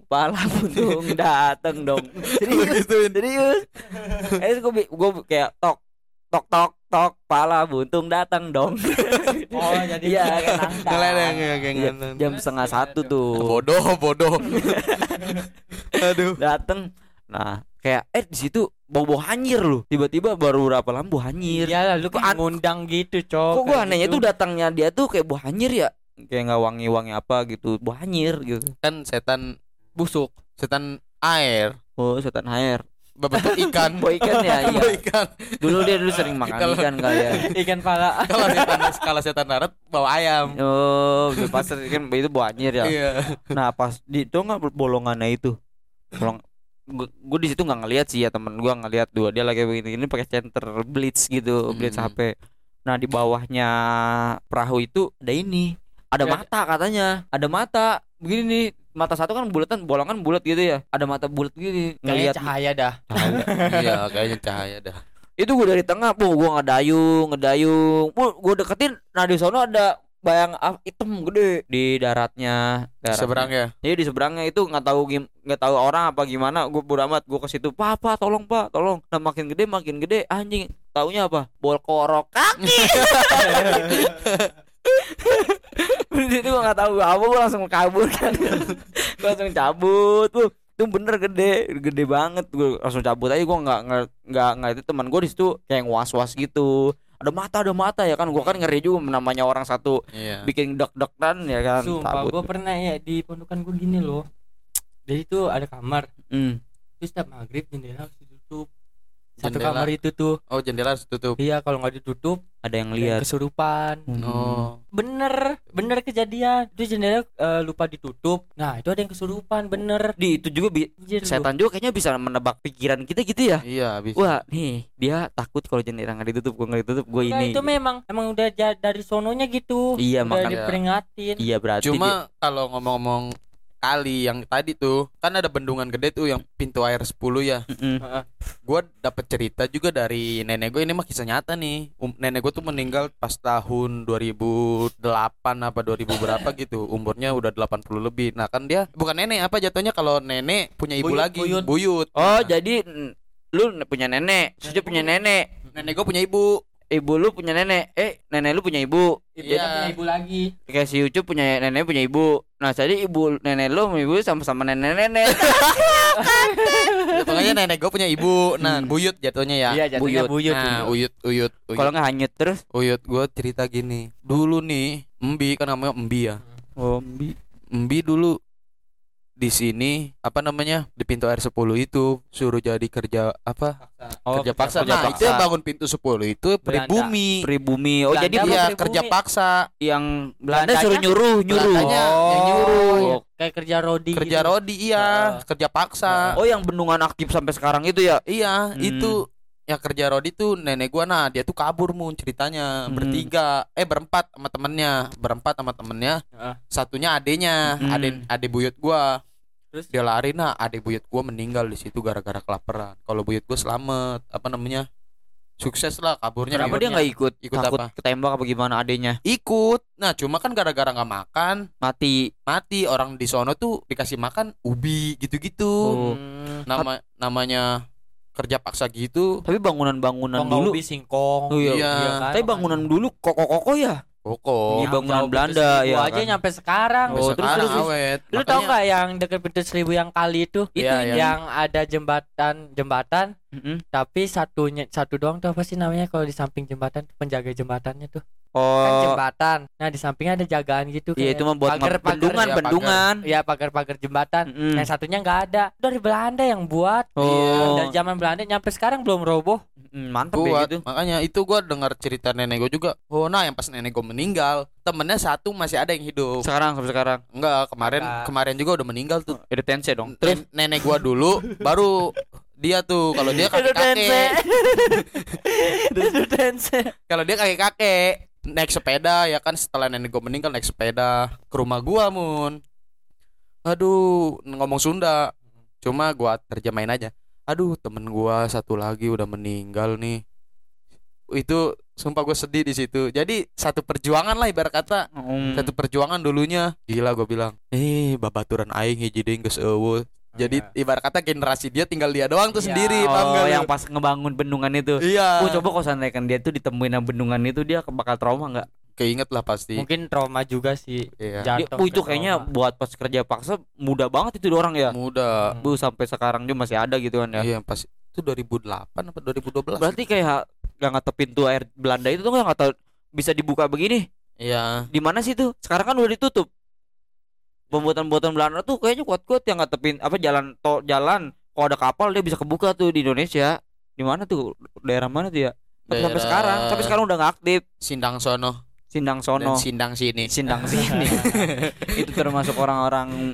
Serius. Gue kayak tok pala buntung datang dong. Oh jadi iya kayak jam 12:30 tuh. Bodoh. Aduh. Dateng. Nah kayak di situ bau hanyir loh. Tiba-tiba baru berapa lama bau hanyir. Iya lu kok ngundang gitu cok. Kok gua anehnya tuh datangnya dia tuh kayak bau hanyir ya. Kayak nggak wangi apa gitu. Bau hanyir gitu. Kan setan busuk. Setan air. Oh setan air. Berbentuk ikan. Bau ikan ya. Iya. Ikan. Dulu sering makan ikan kali ya. Ikan pala. Kalau setan darat bawa ayam. Oh, pas ikan itu bau anjir ya. Iya. Nah, pas di itu enggak bolongannya itu. Gue di situ nggak ngelihat sih ya, temen gue ngelihat dua dia lagi begini pakai center blitz gitu, blitz HP. Nah, di bawahnya perahu itu ada mata katanya. Ada mata begini nih. Mata satu kan bulatan, bolongan bulat gitu ya. Ada mata bulat gini. Ngelihat cahaya dah. Iya, kayaknya cahaya dah. Itu gue dari tengah, gue ngedayung. Gue deketin, nah di sana ada bayang hitam gede di daratnya. Seberangnya. Iya di seberangnya itu nggak tahu orang apa gimana. Gue bodo amat, gue ke situ. Pak, tolong. Nah makin gede anjing. Taunya apa? Bol korok kaki. Itu gue nggak tahu apa, gue langsung kabur kan. Gue langsung cabut tuh. Itu bener gede banget. Gue langsung cabut aja. Gue nggak itu teman gue di situ kayak was gitu. Ada mata ya kan. Gue kan ngeri juga namanya orang satu bikin deg-degan ya kan. Sumpah gue pernah ya di pondokan gue gini loh. Jadi itu ada kamar. Terus setiap maghrib jendela harus ditutup. Satu Jendela. kamar itu tuh. Oh, jendela harus tutup. Iya, kalau nggak ditutup Ada yang ada yang lihat. kesurupan. Oh. Bener kejadian. Itu jendela lupa ditutup. Nah, itu ada yang kesurupan, bener. Di itu juga Anjir, lu. setan juga kayaknya bisa menebak pikiran kita gitu ya. Iya, bisa. Wah, nih dia takut kalau jendela nggak ditutup, gua nggak ditutup, gua Enggak, ini. itu memang udah dari sononya gitu. Iya, Udah makanya. diperingatin. Iya berarti. Cuma kalau ngomong-ngomong kali yang tadi tuh kan ada bendungan gede tuh yang pintu air 10 ya. Mm-mm. Gue dapet cerita juga dari nenek gue, ini mah kisah nyata nih. Nenek gue tuh meninggal pas tahun 2008 apa 2000 berapa gitu. Umurnya udah 80 lebih. Nah kan dia bukan nenek apa jatuhnya, kalau nenek punya ibu Buyut, lagi, buyut. buyut. Oh, Nah, jadi lu punya nenek, Suci punya nenek, nenek gue punya ibu. ibu lu punya nenek, nenek lu punya ibu. Dia Iya. punya ibu lagi. Kayak si Ucup punya nenek punya ibu. Nah, jadi ibu nenek lu sama ibu lu sama-sama nenek-nenek. Ya, pokoknya nenek gue punya ibu. Nah, buyut jatuhnya ya. Iya, jatuhnya buyut. Nah, buyut. uyut. Kalau nggak hanyut terus. Uyut gue cerita gini. Dulu nih, Embi kan namanya Embi ya. Oh, Embi dulu di sini apa namanya, di pintu air 10 itu suruh jadi kerja apa, kerja paksa. kerja Nah paksa. itu yang bangun pintu 10 itu pribumi. pribumi. Oh, Belanda jadi apa Iya, pribumi? kerja paksa. yang Belanda Belandanya? suruh nyuruh. Belandanya yang nyuruh. Oh. Kayak kerja rodi. Kerja gitu. rodi, iya, kerja paksa. Oh, yang bendungan aktif sampai sekarang itu ya. Iya, itu yang kerja rodi tuh nenek gua. Nah dia tuh kabur ceritanya berempat sama temennya. Heeh. Satunya adenya, ade buyut gua. Terus Dia lari, nah ade buyut gua meninggal di situ gara-gara kelaparan. Kalau buyut gua selamat, apa namanya, sukses lah kaburnya. Kenapa dia nggak ikut? Ikut Takut apa? ketembak apa gimana adenya? Ikut. Nah cuma kan gara-gara nggak makan Mati. mati. Orang di sono tuh dikasih makan ubi gitu-gitu. Oh. Namanya kerja paksa gitu. Tapi bangunan-bangunan Kok nggak dulu. ubi singkong. Oh, iya. Iya. kan? Tapi bangunan dulu kokoh-kokoh ya. Pokok Iya, bangunan Jauh Belanda, pintu ya seribu aja kan? nyampe sekarang. Oh, terus, sekarang terus. awet. Lu tau nggak yang deket pintu 1000 yang kali itu? Iya, Itu iya. yang ada jembatan, Mm-mm. tapi satu doang tuh apa sih namanya kalau di samping jembatan, penjaga jembatannya tuh. Kan Oh, jembatan. Nah, di sampingnya ada jagaan gitu iya itu mah buat pagar-pagar. bendungan. Iya, pagar-pagar jembatan. Mm-mm. Yang satunya nggak ada. Dari Belanda yang buat. Oh. Dari zaman Belanda nyampe sekarang belum roboh. Mantep ya Kuat. gitu. Makanya itu gua dengar cerita nenek gua juga. Oh, nah yang pas nenek gua meninggal, temennya satu masih ada yang hidup. Sampai sekarang. Enggak, Enggak. kemarin juga udah meninggal tuh. Ada tense dong. Nenek gua dulu baru dia tuh, kalau dia kakek-kakek. Kalau dia kakek-kakek naik sepeda ya kan, setelah nenek gua meninggal naik sepeda ke rumah gua, Aduh, ngomong Sunda. Cuma gua terjemahin aja. Aduh, temen gua satu lagi udah meninggal nih. Itu sumpah gue sedih di situ. Jadi satu perjuangan lah ibarat kata. Satu perjuangan dulunya. Gila gue bilang. Babaturan aing hiji deui geus eueuh. Jadi ibarat kata generasi dia tinggal dia doang tuh Iya. sendiri, paham nggak lu? yang pas ngebangun bendungan itu. Iya. Coba kalau seandainya dia tuh ditemuin sama bendungan itu, dia bakal trauma nggak? Keinget lah pasti. Mungkin trauma juga sih. Iya. Jatuh Itu ke kayaknya trauma. buat pas kerja paksa mudah banget itu orang ya. Muda. Sampai sekarang dia masih ada gitu kan ya. Iya, pas itu 2008 apa 2012. Berarti kayak gak ngetepin pintu air Belanda itu tuh nggak tahu bisa dibuka begini. Iya. Di mana sih tuh? Sekarang kan udah ditutup. Pembuatan Belanda tuh kayaknya kuat-kuat yang ngetepin jalan. Kalau ada kapal dia bisa kebuka tuh di Indonesia. Di mana tuh? Daerah mana tuh ya? Sampai Daerah sekarang udah nggak aktif. Sindang sono Sindang dan sono, sindang sini. sindang sini. Itu termasuk orang-orang.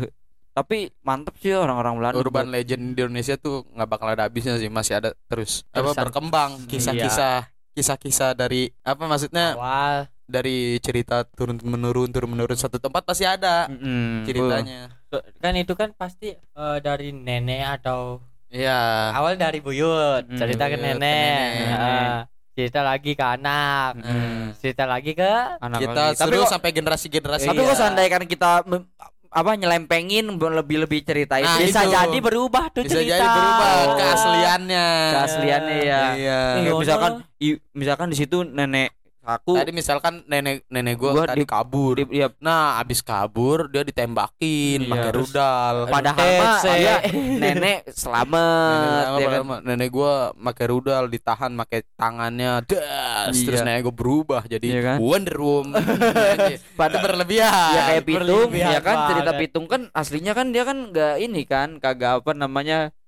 Tapi mantep sih orang-orang Belanda. Urban legend di Indonesia tuh nggak bakal ada habisnya sih, masih ada terus apa Terusan. berkembang kisah-kisah dari apa maksudnya, Awal. dari cerita turun menurun satu tempat pasti ada ceritanya. Kan itu kan pasti dari nenek atau Iya. awal dari buyut, cerita ke buyut, ke nenek. nenek. Heeh. Cerita lagi ke anak. Cerita lagi ke Anak Kita lagi. Tapi seru kok, sampai generasi-generasi. tapi kok seandainya kan kita nyelempengin lebih cerita itu. Nah, bisa itu. jadi berubah tuh Bisa cerita. jadi berubah Oh. keasliannya. Keasliannya ya. Iya. Kayak Iya. misalkan di situ nenek aku Tadi misalkan nenek gua Gua tadi kabur. ya, Nah, abis kabur dia ditembakin Iya, pakai terus- rudal. padahal mah TC. dia nenek selamat ya kan? Nenek gua pakai rudal, ditahan pakai tangannya, das. Iya. Terus nenek gua berubah jadi Iya kan? Wonder Woman. Itu berlebihan. Ya kayak pitung berlebihan ya kan, cerita banget. pitung kan aslinya kan dia kan nggak ini kan, kagak apa namanya,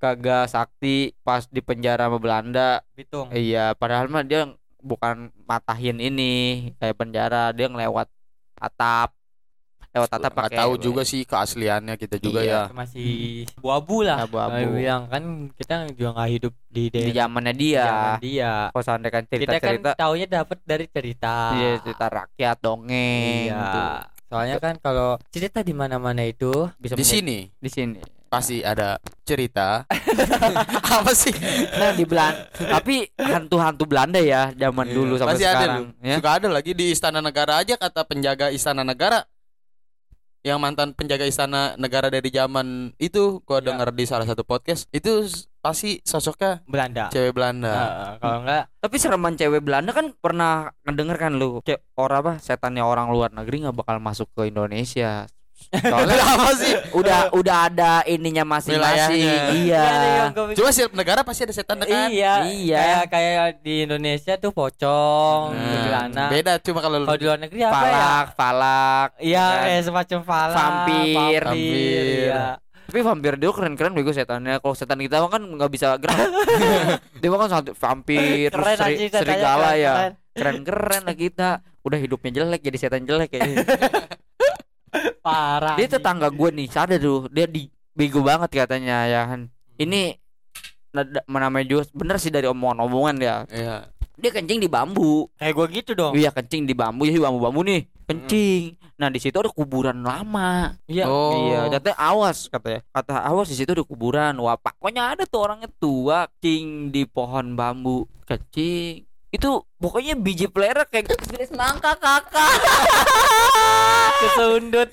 kagak sakti pas di penjara sama Belanda. Bitung. Iya, padahal mah dia bukan matahin ini kayak penjara, dia ngelewat atap. Lewat atap Nggak pakai tahu juga sih keasliannya kita juga Iya. ya. Masih abu-abu lah. Abu-abu. Kayak bilang kan kita juga nggak hidup di di daerah zamannya dia. zaman dia. Kalau seandainya kan Kita kan cerita-cerita, taunya dapat dari cerita. iya, cerita rakyat dongeng Iya. gitu. Soalnya kan kalau cerita di mana-mana itu Bisa Di menjadi- sini di sini. pasti ada cerita. Apa sih? Nah, di Belanda. Tapi hantu-hantu Belanda ya zaman Iya, dulu sampai pasti ada sekarang, loh. ya. Suka ada lagi di Istana Negara aja, kata penjaga Istana Negara. Yang mantan penjaga Istana Negara dari zaman itu gua Iya. denger di salah satu podcast, itu pasti sosoknya Belanda. cewek Belanda. Kalau enggak Tapi sereman cewek Belanda kan pernah ngedenger kan lu, orang apa setannya orang luar negeri nggak bakal masuk ke Indonesia. Soalnya Apa sih? udah ada ininya masing-masing. Wilayahnya. Iya. Cuma setiap negara pasti ada setan kan? Iya, Iya. kayak di Indonesia tuh pocong, Nah, kuntilanak. beda cuma kalau Kalau di luar negeri apa ya? Falak. Iya, kan? kayak semacam falak, Vampir. Vampir. Iya. Tapi vampir dia keren-keren bego setannya. Kalau setan kita mah kan nggak bisa gerak. Dia mah kan satu vampir, terus Keren aja setannya, serigala ya. keren. Keren-keren lah kita. Udah hidupnya jelek jadi setan jelek kayaknya. Parah. Dia anjing. tetangga gue nih, ada tuh, dia di bego banget katanya ya kan. Ini namanya juga bener sih dari omongan-omongan ya. Iya. Dia kencing di bambu. Kayak gua gitu dong. Iya, kencing di bambu, jadi bambu-bambu nih, kencing. Nah, di situ ada kuburan lama. Iya. Oh. Iya, katanya awas katanya. Kata awas di situ ada kuburan. Wah, pokoknya ada tuh orangnya tua kencing di pohon bambu, kencing. Itu pokoknya biji pelera kayak gede semangka kakak. Kesundut.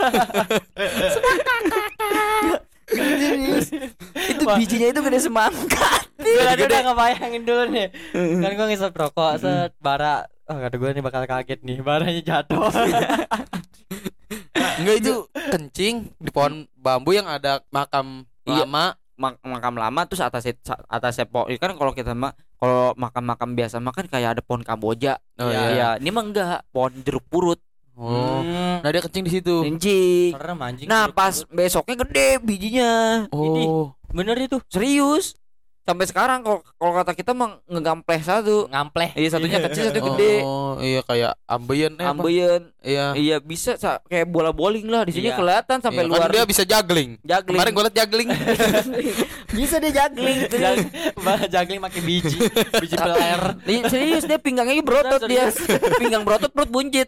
Itu bijinya itu gede semangka. Gue tadi udah ngebayangin dulu nih. Kan gua ngisep rokok set bara. Oh, kata gue nih bakal kaget nih. Baranya jatuh. Enggak, itu kencing di pohon bambu yang ada makam Iya. lama. Makam lama terus atasnya pohon. Kan kalau kita kalau makam-makam biasa makan kayak ada pohon Kamboja. Oh, Iya. Iya, ini mah enggak, pohon jeruk purut. Oh. Hmm. Nah, dia kencing di situ. Kencing. Serem anjing. Nah, pas besoknya gede bijinya. Oh. bener itu. Serius. Sampai sekarang kalau kata kita mah ngegampleh satu. Ngampleh. Iya, satunya kecil, satu gede. Oh, iya kayak ambeien apa? Ambeien. Iya. Iya, bisa kayak bola bowling lah. Di sini Iya. kelihatan sampai Iya, luar. kan dia bisa juggling. Juggling. Kemarin gue liat juggling. Bisa dia juggling. Juggling pakai biji peler. Serius dia pinggangnya berotot dia. Pinggang berotot perut buncit.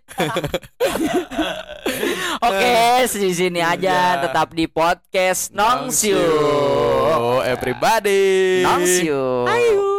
Oke, di sini aja Iya. tetap di podcast Nongsiu. Oh, everybody. Nongsiu. Ayo.